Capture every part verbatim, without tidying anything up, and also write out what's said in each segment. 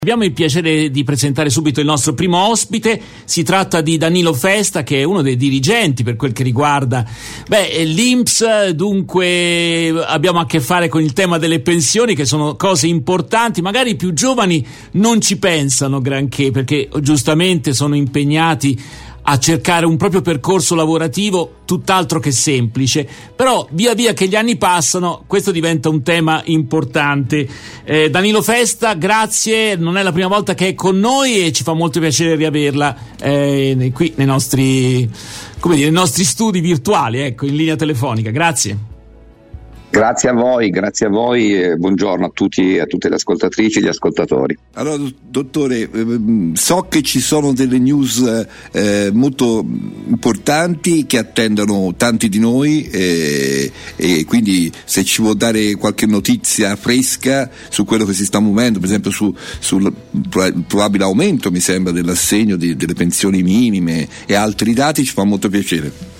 Abbiamo il piacere di presentare subito il nostro primo ospite. Si tratta di Danilo Festa, che è uno dei dirigenti per quel che riguarda beh, l'I N P S. Dunque abbiamo a che fare con il tema delle pensioni, che sono cose importanti. Magari i più giovani non ci pensano granché, perché giustamente sono impegnati a cercare un proprio percorso lavorativo tutt'altro che semplice, però via via che gli anni passano questo diventa un tema importante. eh, Danilo Festa, grazie, non è la prima volta che è con noi e ci fa molto piacere riaverla eh, qui nei nostri, come dire, nei nostri studi virtuali, ecco, in linea telefonica. Grazie. Grazie a voi, grazie a voi e buongiorno a tutti, a tutte le ascoltatrici e gli ascoltatori. Allora, dottore, so che ci sono delle news eh, molto importanti che attendono tanti di noi eh, e quindi se ci può dare qualche notizia fresca su quello che si sta muovendo, per esempio su, sul probabile aumento, mi sembra, dell'assegno di, delle pensioni minime e altri dati, ci fa molto piacere.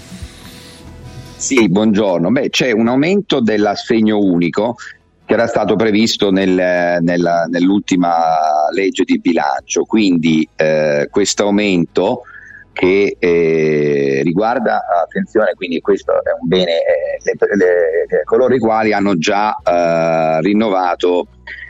Sì, buongiorno. Beh, c'è un aumento dell'assegno unico che era stato previsto nel, nella, nell'ultima legge di bilancio, quindi eh, questo aumento che eh, riguarda, attenzione, quindi questo è un bene, eh, le, le, coloro i quali hanno già eh, rinnovato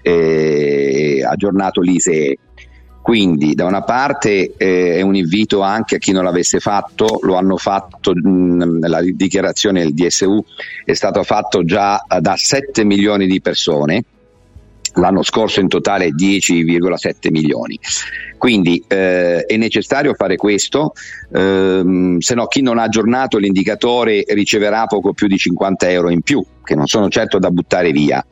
e eh, aggiornato l'I S E E. Quindi da una parte eh, è un invito anche a chi non l'avesse fatto, lo hanno fatto, mh, la dichiarazione del D S U è stato fatto già da sette milioni di persone, l'anno scorso in totale dieci virgola sette milioni. Quindi eh, è necessario fare questo, ehm, se no chi non ha aggiornato l'indicatore riceverà poco più di cinquanta euro in più, che non sono certo da buttare via.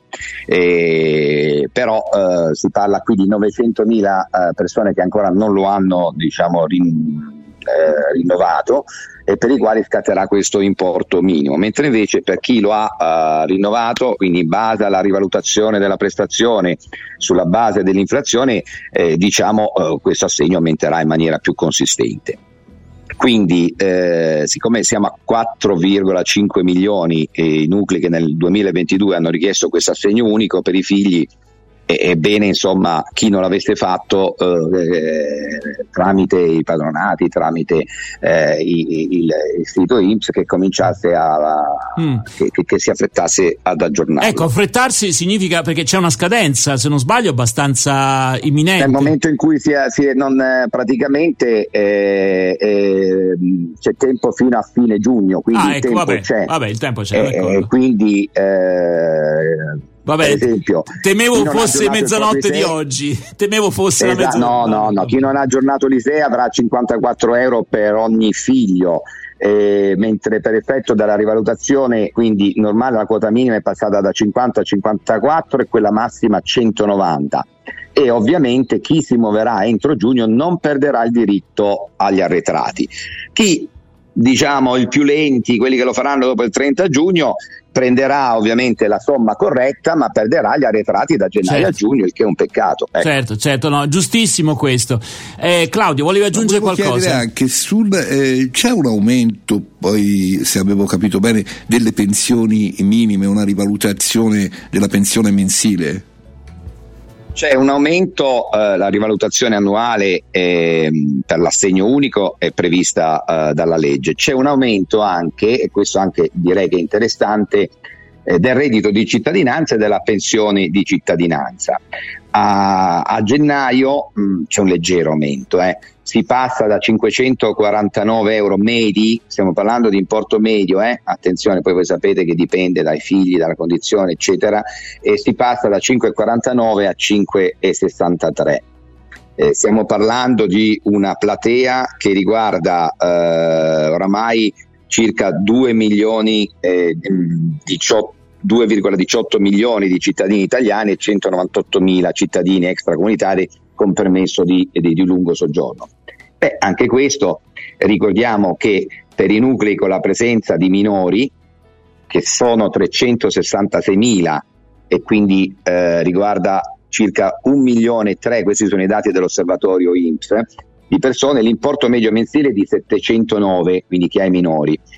Eh, però eh, si parla qui di novecentomila eh, persone che ancora non lo hanno, diciamo, rin, eh, rinnovato e per i quali scatterà questo importo minimo, mentre invece per chi lo ha eh, rinnovato, quindi in base alla rivalutazione della prestazione sulla base dell'inflazione, eh, diciamo eh, questo assegno aumenterà in maniera più consistente. Quindi eh, siccome siamo a quattro virgola cinque milioni i nuclei che nel duemilaventidue hanno richiesto questo assegno unico per i figli, è bene insomma chi non l'avesse fatto eh, tramite i padronati, tramite eh, il, il, il sito I N P S, che cominciasse a, a mm. che, che, che si affrettasse ad aggiornarlo. Ecco, affrettarsi significa, perché c'è una scadenza, se non sbaglio abbastanza imminente. Nel momento in cui si è, si è non praticamente eh, eh, c'è tempo fino a fine giugno, quindi ah, il ecco, tempo vabbè, c'è. Vabbè, il tempo c'è. Eh, quindi eh, Vabbè, per esempio, temevo fosse mezzanotte di oggi, temevo fosse esatto, la mezzanotte. No, no, no, chi non ha aggiornato l'I S E E avrà cinquantaquattro euro per ogni figlio, eh, mentre per effetto della rivalutazione, quindi normale, la quota minima è passata da cinquanta a cinquantaquattro e quella massima a centonovanta. E ovviamente chi si muoverà entro giugno non perderà il diritto agli arretrati. Chi, diciamo, i più lenti, quelli che lo faranno dopo il trenta giugno, prenderà ovviamente la somma corretta, ma perderà gli arretrati da gennaio certo. a giugno, il che è un peccato. Ecco. Certo, certo, no, giustissimo questo. Eh, Claudio, volevi aggiungere qualcosa? Anche sul, eh, c'è un aumento, poi se avevo capito bene, delle pensioni minime, una rivalutazione della pensione mensile? C'è un aumento, eh, la rivalutazione annuale eh, per l'assegno unico è prevista eh, dalla legge. C'è un aumento anche, e questo anche direi che è interessante, eh, del reddito di cittadinanza e della pensione di cittadinanza. A, a gennaio mh, c'è un leggero aumento, eh. si passa da cinquecentoquarantanove euro medi, stiamo parlando di importo medio, eh? attenzione, poi voi sapete che dipende dai figli, dalla condizione eccetera, e si passa da cinque virgola quarantanove a cinque virgola sessantatré. Eh, stiamo parlando di una platea che riguarda eh, oramai circa due milioni eh, diciotto due virgola diciotto milioni di cittadini italiani e centonovantottomila cittadini extracomunitari con permesso di, di, di lungo soggiorno. Beh, anche questo, ricordiamo che per i nuclei con la presenza di minori, che sono trecentosessantaseimila e quindi eh, riguarda circa un milione e tre, questi sono i dati dell'osservatorio I N P S, di persone, l'importo medio mensile è di settecentonove, quindi chi ha i minori.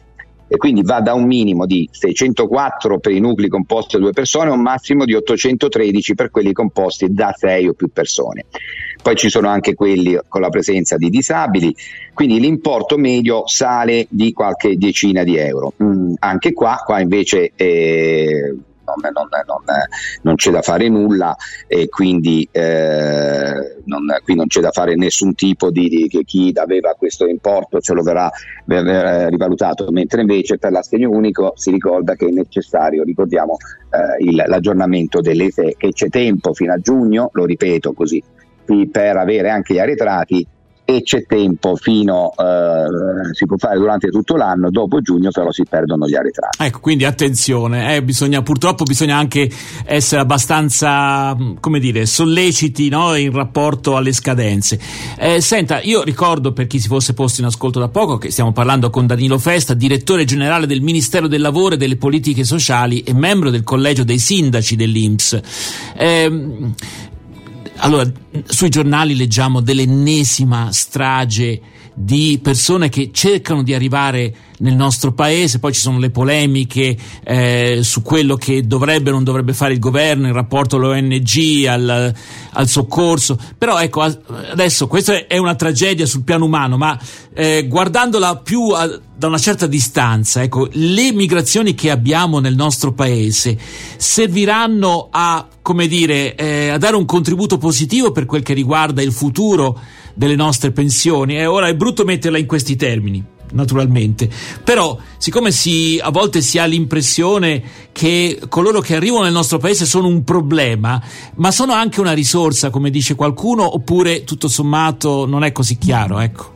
e quindi va da un minimo di seicentoquattro per i nuclei composti da due persone a un massimo di ottocentotredici per quelli composti da sei o più persone. Poi ci sono anche quelli con la presenza di disabili, quindi l'importo medio sale di qualche decina di euro. Mm, anche qua, qua invece eh, non, non, non, non c'è da fare nulla, e quindi eh, non, qui non c'è da fare nessun tipo di, di che chi aveva questo importo ce lo verrà, verrà rivalutato, mentre invece per l'assegno unico si ricorda che è necessario, ricordiamo, eh, il, l'aggiornamento delle I S E E, che c'è tempo fino a giugno, lo ripeto così, per avere anche gli arretrati, e c'è tempo fino eh, si può fare durante tutto l'anno, dopo giugno però si perdono gli arretrati. Ecco, quindi attenzione, eh, bisogna, purtroppo bisogna anche essere abbastanza, come dire, solleciti, no, in rapporto alle scadenze. Eh, senta, io ricordo, per chi si fosse posto in ascolto da poco, che stiamo parlando con Danilo Festa, direttore generale del Ministero del Lavoro e delle Politiche Sociali e membro del Collegio dei Sindaci dell'I N P S. Eh, Allora, sui giornali leggiamo dell'ennesima strage di persone che cercano di arrivare nel nostro paese, poi ci sono le polemiche eh, su quello che dovrebbe o non dovrebbe fare il governo in rapporto all'O N G, al, al soccorso, però ecco, adesso questa è una tragedia sul piano umano, ma eh, guardandola più a, da una certa distanza, ecco, le migrazioni che abbiamo nel nostro paese serviranno a, come dire, eh, a dare un contributo positivo per quel che riguarda il futuro delle nostre pensioni. E ora è brutto metterla in questi termini, naturalmente, però siccome si, a volte si ha l'impressione che coloro che arrivano nel nostro paese sono un problema, ma sono anche una risorsa, come dice qualcuno, oppure tutto sommato non è così chiaro, ecco.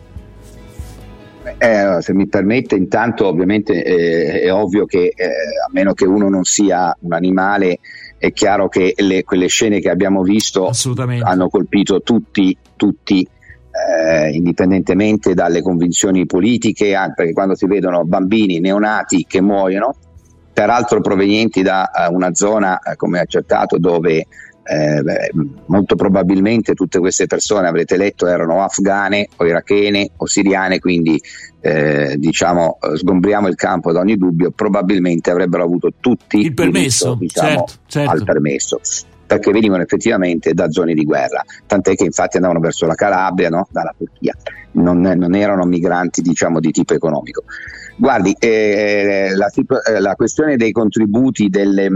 Eh, se mi permette, intanto ovviamente eh, è ovvio che eh, a meno che uno non sia un animale, è chiaro che le, quelle scene che abbiamo visto hanno colpito tutti, tutti eh, indipendentemente dalle convinzioni politiche, anche perché quando si vedono bambini neonati che muoiono, peraltro provenienti da uh, una zona, uh, come accertato, dove eh, beh, molto probabilmente tutte queste persone, avrete letto, erano afghane o irachene o siriane, quindi eh, diciamo sgombriamo il campo da ogni dubbio, probabilmente avrebbero avuto tutti il permesso, diritto, diciamo, certo, certo. al permesso, perché venivano effettivamente da zone di guerra, tant'è che infatti andavano verso la Calabria, no? Dalla Turchia, non, non erano migranti, diciamo, di tipo economico. Guardi, eh, la, la questione dei contributi delle,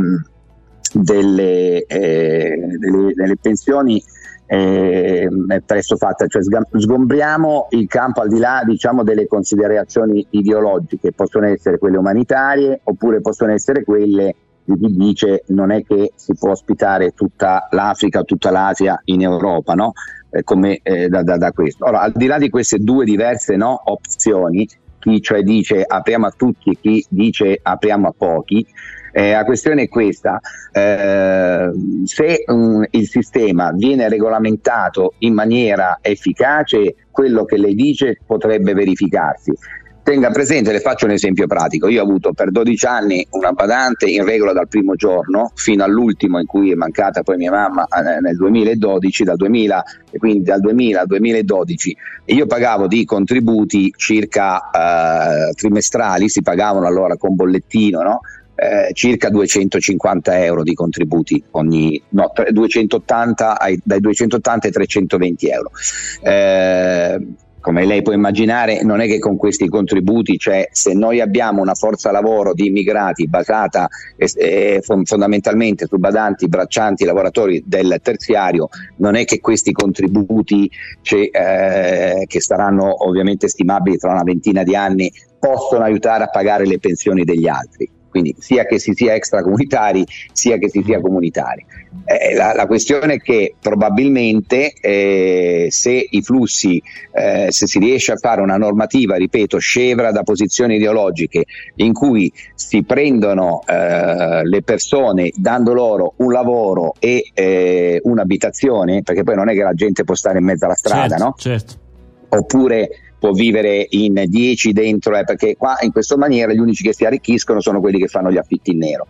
delle, eh, delle, delle pensioni eh, è presto fatta, cioè sgombriamo il campo al di là, diciamo, delle considerazioni ideologiche, possono essere quelle umanitarie oppure possono essere quelle di chi dice non è che si può ospitare tutta l'Africa o tutta l'Asia in Europa, no? Eh, come eh, da, da, da questo. Ora, al di là di queste due diverse, no, opzioni, chi cioè dice apriamo a tutti e chi dice apriamo a pochi, eh, la questione è questa: eh, se um, il sistema viene regolamentato in maniera efficace, quello che lei dice potrebbe verificarsi. Tenga presente, le faccio un esempio pratico: io ho avuto per dodici anni una badante in regola dal primo giorno fino all'ultimo in cui è mancata poi mia mamma eh, nel duemiladodici, dal duemila, e quindi dal duemila al duemiladodici, e io pagavo di contributi circa eh, trimestrali, si pagavano allora con bollettino, no? Eh, circa duecentocinquanta euro di contributi ogni, no, duecentottanta ai, dai duecentottanta ai trecentoventi euro. Eh, Come lei può immaginare, non è che con questi contributi, cioè se noi abbiamo una forza lavoro di immigrati basata eh, eh, fondamentalmente su badanti, braccianti, lavoratori del terziario, non è che questi contributi cioè, eh, che saranno ovviamente stimabili tra una ventina di anni possono aiutare a pagare le pensioni degli altri. Quindi sia che si sia extracomunitari sia che si sia comunitari. Eh, la, la questione è che probabilmente eh, se i flussi, eh, se si riesce a fare una normativa, ripeto, scevra da posizioni ideologiche, in cui si prendono eh, le persone dando loro un lavoro e eh, un'abitazione, perché poi non è che la gente può stare in mezzo alla strada, certo, no? Certo. Oppure può vivere in dieci dentro, eh, perché qua in questa maniera gli unici che si arricchiscono sono quelli che fanno gli affitti in nero.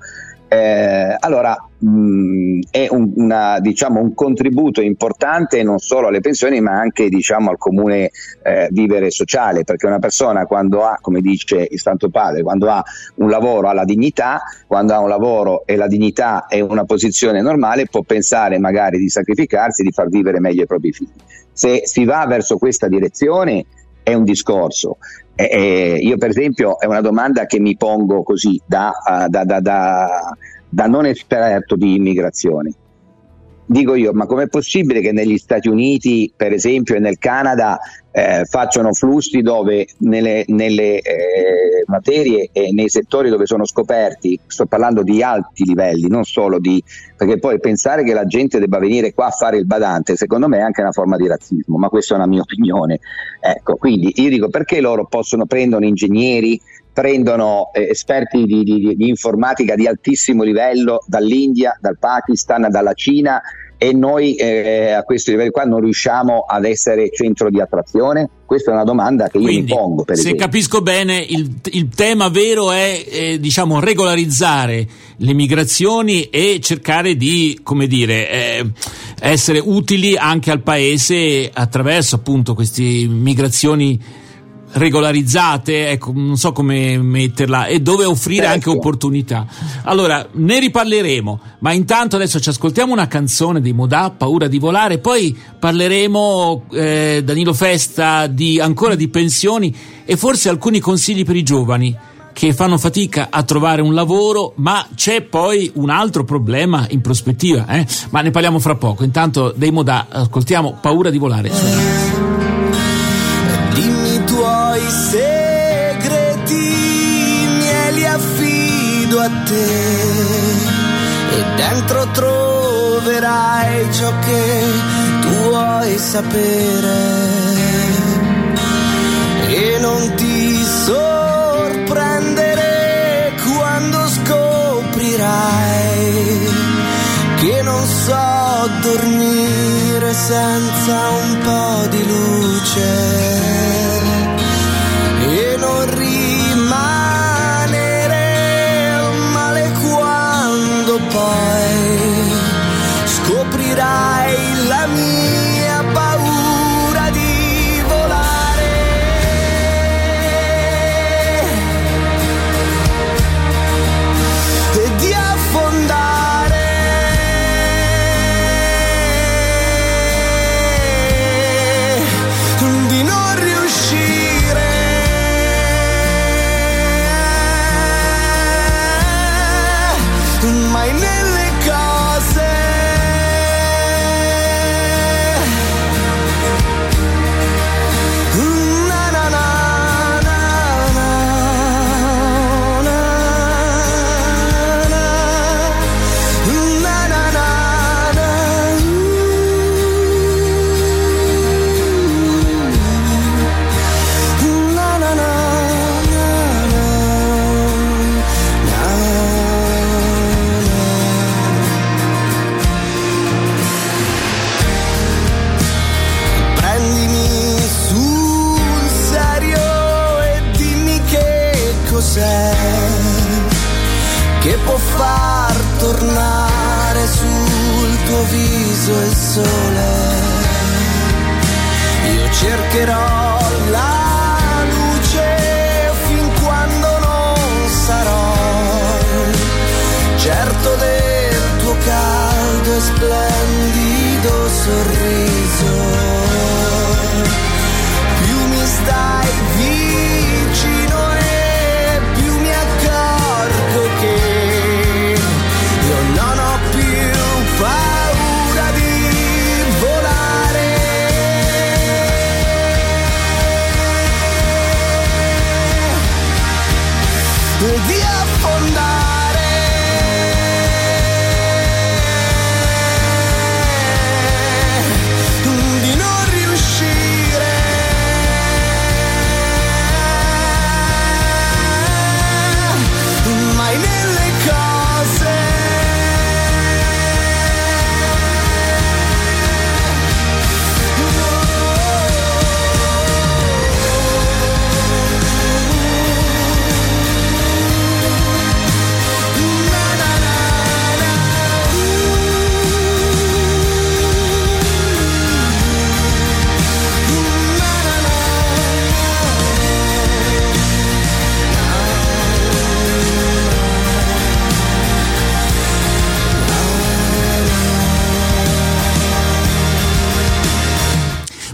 Eh, allora mh, è un, una, diciamo, un contributo importante non solo alle pensioni ma anche, diciamo, al comune eh, vivere sociale, perché una persona quando ha, come dice il Santo Padre, quando ha un lavoro ha la dignità, quando ha un lavoro e la dignità è una posizione normale, può pensare magari di sacrificarsi, di far vivere meglio i propri figli. Se si va verso questa direzione è un discorso. Eh, io per esempio è una domanda che mi pongo così da, uh, da, da, da, da non esperto di immigrazione. Dico io, ma com'è possibile che negli Stati Uniti, per esempio, e nel Canada eh, facciano flussi dove nelle, nelle eh, materie e nei settori dove sono scoperti, sto parlando di alti livelli, non solo di, perché poi pensare che la gente debba venire qua a fare il badante, secondo me è anche una forma di razzismo, ma questa è una mia opinione. Ecco, quindi io dico, perché loro possono prendono ingegneri, prendono eh, esperti di, di, di informatica di altissimo livello dall'India, dal Pakistan, dalla Cina, e noi eh, a questo livello qua non riusciamo ad essere centro di attrazione? Questa è una domanda che io Quindi, mi pongo. Per se esempio. capisco bene, il, il tema vero è eh, diciamo regolarizzare le migrazioni e cercare di, come dire, eh, essere utili anche al paese attraverso appunto queste migrazioni regolarizzate, ecco, non so come metterla, e dove offrire certo. anche opportunità. Allora, ne riparleremo, ma intanto adesso ci ascoltiamo una canzone dei Modà, Paura di volare, poi parleremo eh, Danilo Festa di ancora di pensioni e forse alcuni consigli per i giovani che fanno fatica a trovare un lavoro, ma c'è poi un altro problema in prospettiva, eh? Ma ne parliamo fra poco. Intanto dei Modà ascoltiamo Paura di volare. Dimmi tuoi segreti, me li affido a te e dentro troverai ciò che tu vuoi sapere e non ti sorprendere quando scoprirai che non so dormire senza un po' di luce e non rimanere male quando poi scoprirai la mia paura di volare e di affondare, di non riuscire mai nelle cose na na na na na na na na na prendimi sul serio e dimmi che cos'è che può far tornare sul tuo viso il sole. Io cercherò la luce fin quando non sarò certo del tuo caldo e splendido sorriso. Più mi stai vicino e più mi accorgo che io non ho più paura di volare e di affondare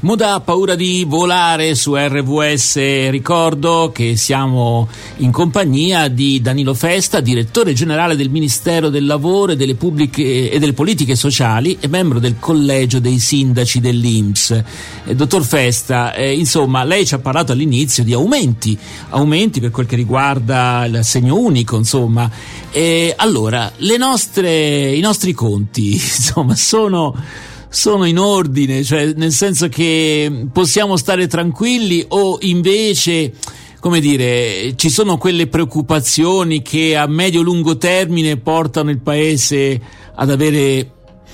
Muda ha paura di volare su R V S. Ricordo che siamo in compagnia di Danilo Festa, direttore generale del Ministero del Lavoro e delle, pubbliche, e delle Politiche Sociali e membro del collegio dei sindaci dell'I N P S. Eh, dottor Festa, eh, insomma, lei ci ha parlato all'inizio di aumenti, aumenti per quel che riguarda l'assegno unico, insomma. E allora, le nostre, i nostri conti, insomma, sono... sono in ordine, cioè nel senso che possiamo stare tranquilli, o invece, come dire, ci sono quelle preoccupazioni che a medio-lungo termine portano il Paese ad avere,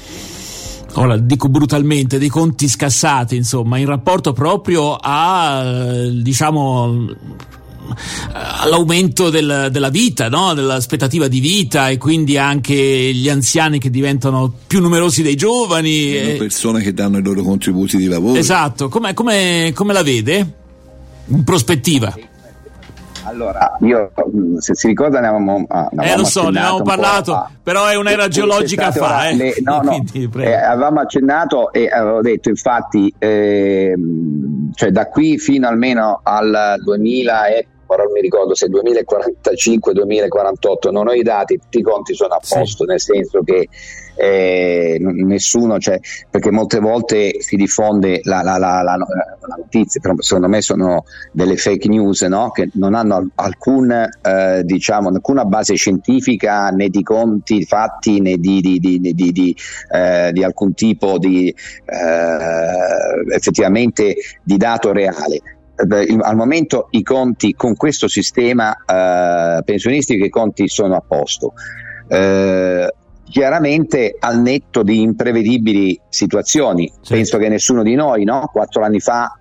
ora dico brutalmente, dei conti scassati, insomma, in rapporto proprio a, diciamo, all'aumento del, della vita, no? Dell'aspettativa di vita, e quindi anche gli anziani che diventano più numerosi dei giovani, e persone che danno i loro contributi di lavoro. Esatto, come, come, come la vede in prospettiva? Allora, io, se si ricorda, ne avevamo, ah, ne eh lo so, ne avevamo parlato, fa. Però è un'era geologica fa, ora, eh. le, no, no, eh, avevamo accennato e avevo detto, infatti, eh, cioè da qui fino almeno al duemila e ora non mi ricordo se duemilaquarantacinque duemilaquarantotto, non ho i dati, tutti i conti sono a posto, sì. Nel senso che eh, nessuno, cioè, perché molte volte si diffonde la, la, la, la, la notizia, però secondo me sono delle fake news, no? Che non hanno alcun, eh, diciamo, alcuna base scientifica, né di conti fatti, né di, di, di, di, di, di, eh, di alcun tipo di eh, effettivamente di dato reale. Al momento i conti con questo sistema eh, pensionistico, i conti sono a posto, eh, chiaramente al netto di imprevedibili situazioni. Sì. Penso che nessuno di noi, no, quattro anni fa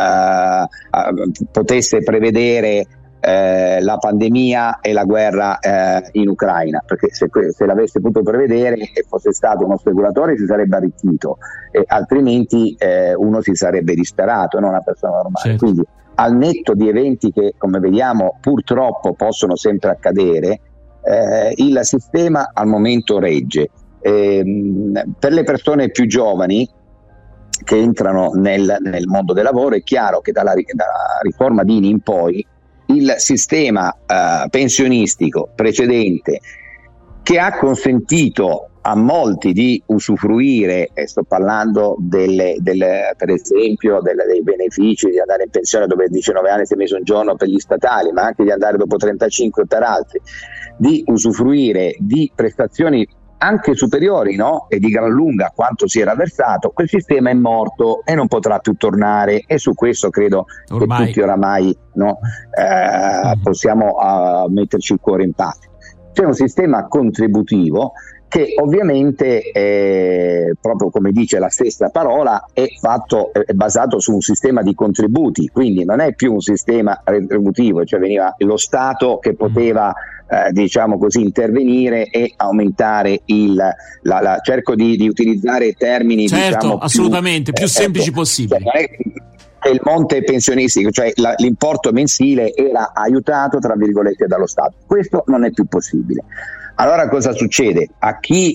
eh, potesse prevedere eh, la pandemia e la guerra eh, in Ucraina, perché se, se l'avesse potuto prevedere e fosse stato uno speculatore si sarebbe arricchito, e altrimenti eh, uno si sarebbe disperato, non una persona normale. Certo. Quindi al netto di eventi che, come vediamo, purtroppo possono sempre accadere, eh, il sistema al momento regge. Eh, per le persone più giovani che entrano nel, nel mondo del lavoro, è chiaro che dalla, dalla riforma Dini in poi il sistema eh, pensionistico precedente, che ha consentito a molti di usufruire, e sto parlando delle, delle, per esempio delle, dei benefici di andare in pensione dopo diciannove anni, sei mesi un giorno per gli statali, ma anche di andare dopo trentacinque per altri, di usufruire di prestazioni anche superiori, no? E di gran lunga a quanto si era versato. Quel sistema è morto e non potrà più tornare, e su questo credo ormai. che tutti oramai, no, eh, possiamo uh, metterci il cuore in pace. C'è un sistema contributivo che ovviamente, eh, proprio come dice la stessa parola, è fatto, è basato su un sistema di contributi, quindi non è più un sistema retributivo, cioè veniva lo Stato che poteva eh, diciamo così intervenire e aumentare il la, la, cerco di, di utilizzare termini, certo, diciamo, assolutamente più, più eh, semplici ecco, possibili. Cioè, che il monte pensionistico, cioè la, l'importo mensile, era aiutato tra virgolette dallo Stato. Questo non è più possibile. Allora cosa succede? A chi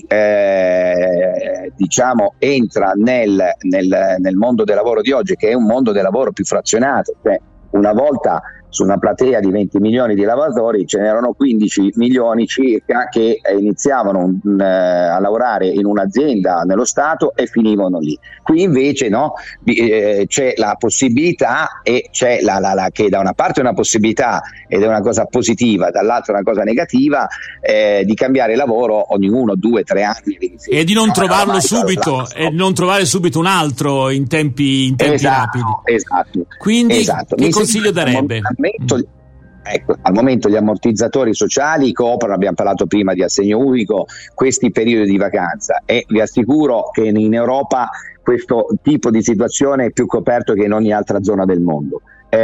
eh, diciamo entra nel, nel, nel mondo del lavoro di oggi, che è un mondo del lavoro più frazionato, cioè una volta su una platea di venti milioni di lavoratori ce n'erano quindici milioni circa che eh, iniziavano un, eh, a lavorare in un'azienda nello Stato e finivano lì. Qui invece no, eh, c'è la possibilità, e c'è la, la, la che da una parte è una possibilità ed è una cosa positiva, dall'altra una cosa negativa, eh, di cambiare lavoro ogni uno, due, tre anni e di non no, trovarlo subito e non trovare subito un altro in tempi, in tempi esatto, rapidi. Esatto. Quindi esatto. che Mi consiglio darebbe? Al momento, ecco, al momento gli ammortizzatori sociali coprono, abbiamo parlato prima di assegno unico, questi periodi di vacanza, e vi assicuro che in Europa questo tipo di situazione è più coperto che in ogni altra zona del mondo.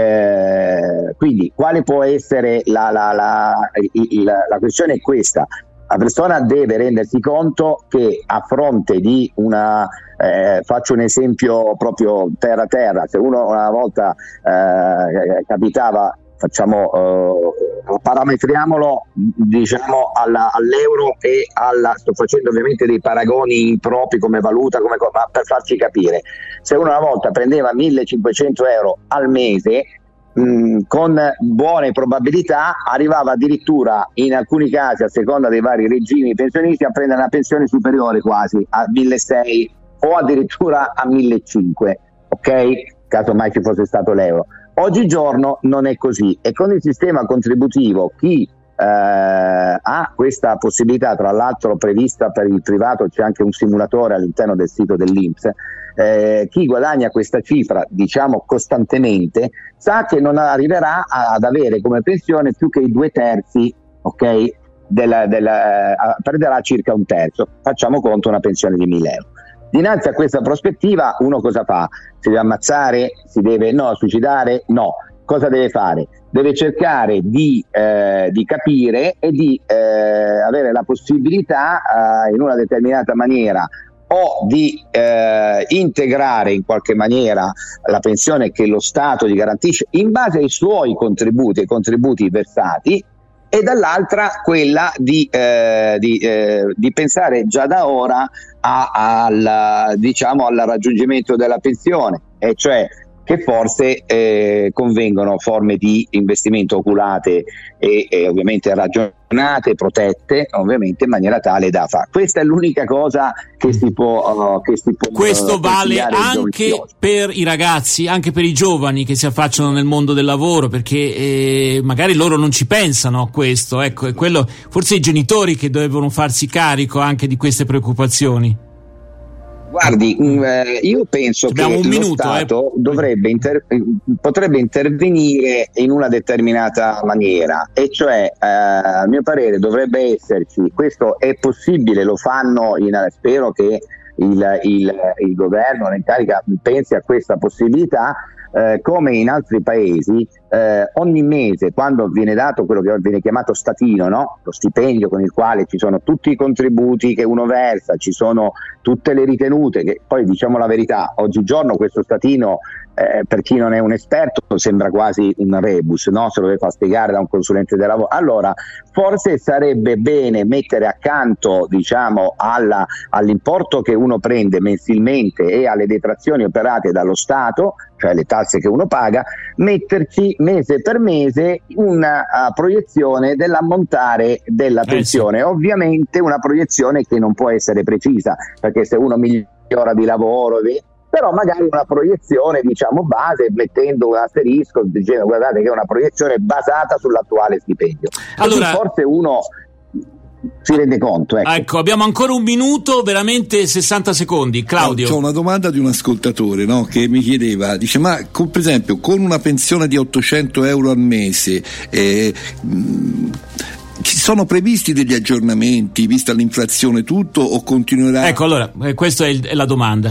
Eh, quindi quale può essere la, la, la, la, la questione è questa: la persona deve rendersi conto che a fronte di una eh, faccio un esempio proprio terra terra, se uno una volta eh, capitava facciamo uh, parametriamolo diciamo alla, all'euro e alla, sto facendo ovviamente dei paragoni impropri come valuta, come, ma per farci capire, se uno una volta prendeva millecinquecento euro al mese, mh, con buone probabilità arrivava addirittura in alcuni casi, a seconda dei vari regimi pensionisti, a prendere una pensione superiore quasi a milleseicento o addirittura a millecinquecento, ok? Caso mai ci fosse stato l'euro. Oggigiorno non è così, e con il sistema contributivo chi eh, ha questa possibilità, tra l'altro prevista per il privato, c'è anche un simulatore all'interno del sito dell'I N P S, eh, chi guadagna questa cifra diciamo costantemente sa che non arriverà ad avere come pensione più che i due terzi, ok? Della, della, eh, perderà circa un terzo, facciamo conto una pensione di mille euro. Dinanzi a questa prospettiva uno cosa fa? Si deve ammazzare? Si deve no, suicidare? No. Cosa deve fare? Deve cercare di, eh, di capire e di eh, avere la possibilità eh, in una determinata maniera o di eh, integrare in qualche maniera la pensione che lo Stato gli garantisce in base ai suoi contributi, ai contributi versati, e dall'altra quella di, eh, di, eh, di pensare già da ora a, al, diciamo, al raggiungimento della pensione, e cioè che forse eh, convengono forme di investimento oculate e, e ovviamente ragionate, protette, ovviamente in maniera tale da fare. Questa è l'unica cosa che si può uh, che si può Questo uh, vale anche per i ragazzi, anche per i giovani che si affacciano nel mondo del lavoro, perché eh, magari loro non ci pensano a questo, ecco, è quello, forse i genitori che dovevano farsi carico anche di queste preoccupazioni. Guardi, eh, io penso Abbiamo che un lo minuto, Stato eh. dovrebbe inter- potrebbe intervenire in una determinata maniera, e cioè eh, a mio parere dovrebbe esserci, questo è possibile, lo fanno, in, spero che il, il, il governo in carica pensi a questa possibilità, eh, come in altri paesi eh, ogni mese, quando viene dato quello che viene chiamato statino, no? Lo stipendio con il quale ci sono tutti i contributi che uno versa, ci sono tutte le ritenute, che poi diciamo la verità, oggigiorno questo statino eh, per chi non è un esperto sembra quasi un rebus, no? Se lo deve far spiegare da un consulente del lavoro. Allora forse sarebbe bene mettere accanto diciamo alla, all'importo che uno prende mensilmente e alle detrazioni operate dallo Stato, cioè le tasse che uno paga, metterci mese per mese una uh, proiezione dell'ammontare della pensione, eh sì. Ovviamente una proiezione che non può essere precisa, perché se uno migliora di lavoro, però magari una proiezione diciamo base, mettendo un asterisco dicendo guardate che è una proiezione basata sull'attuale stipendio. Allora, così forse uno si rende conto. Ecco. ecco, abbiamo ancora un minuto, veramente sessanta secondi. Claudio. C'ho una domanda di un ascoltatore, no, che mi chiedeva, dice ma con, per esempio con una pensione di ottocento euro al mese eh, mh, ci sono previsti degli aggiornamenti vista l'inflazione tutto, o continuerà? Ecco, allora eh, questa è, il, è la domanda.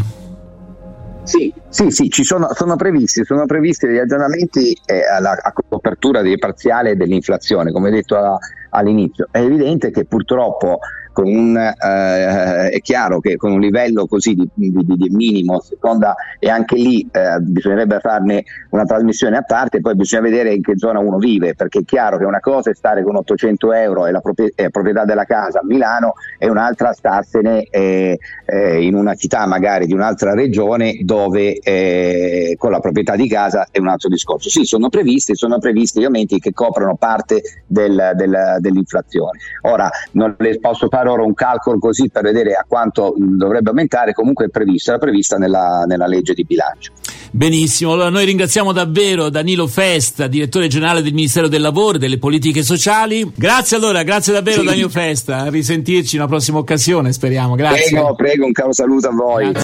Sì, sì, sì, ci sono, sono previsti, sono previsti degli aggiornamenti eh, alla, a copertura di parziale dell'inflazione, come detto a, all'inizio. È evidente che purtroppo con un, eh, è chiaro che con un livello così di, di, di minimo, seconda, e anche lì eh, bisognerebbe farne una trasmissione a parte, poi bisogna vedere in che zona uno vive, perché è chiaro che una cosa è stare con ottocento euro e la proprie, eh, proprietà della casa a Milano, e un'altra starsene eh, eh, in una città magari di un'altra regione dove eh, con la proprietà di casa è un altro discorso. Sì, sono previsti, sono previsti gli aumenti che coprono parte del, del, dell'inflazione. Ora non le posso fare ora un calcolo così per vedere a quanto dovrebbe aumentare, comunque è prevista, è prevista nella, nella legge di bilancio. Benissimo, allora noi ringraziamo davvero Danilo Festa, direttore generale del Ministero del Lavoro e delle Politiche Sociali. Grazie allora, grazie davvero sì. Danilo Festa, a risentirci in una prossima occasione, speriamo. Grazie. Prego, prego, un caro saluto a voi. Grazie.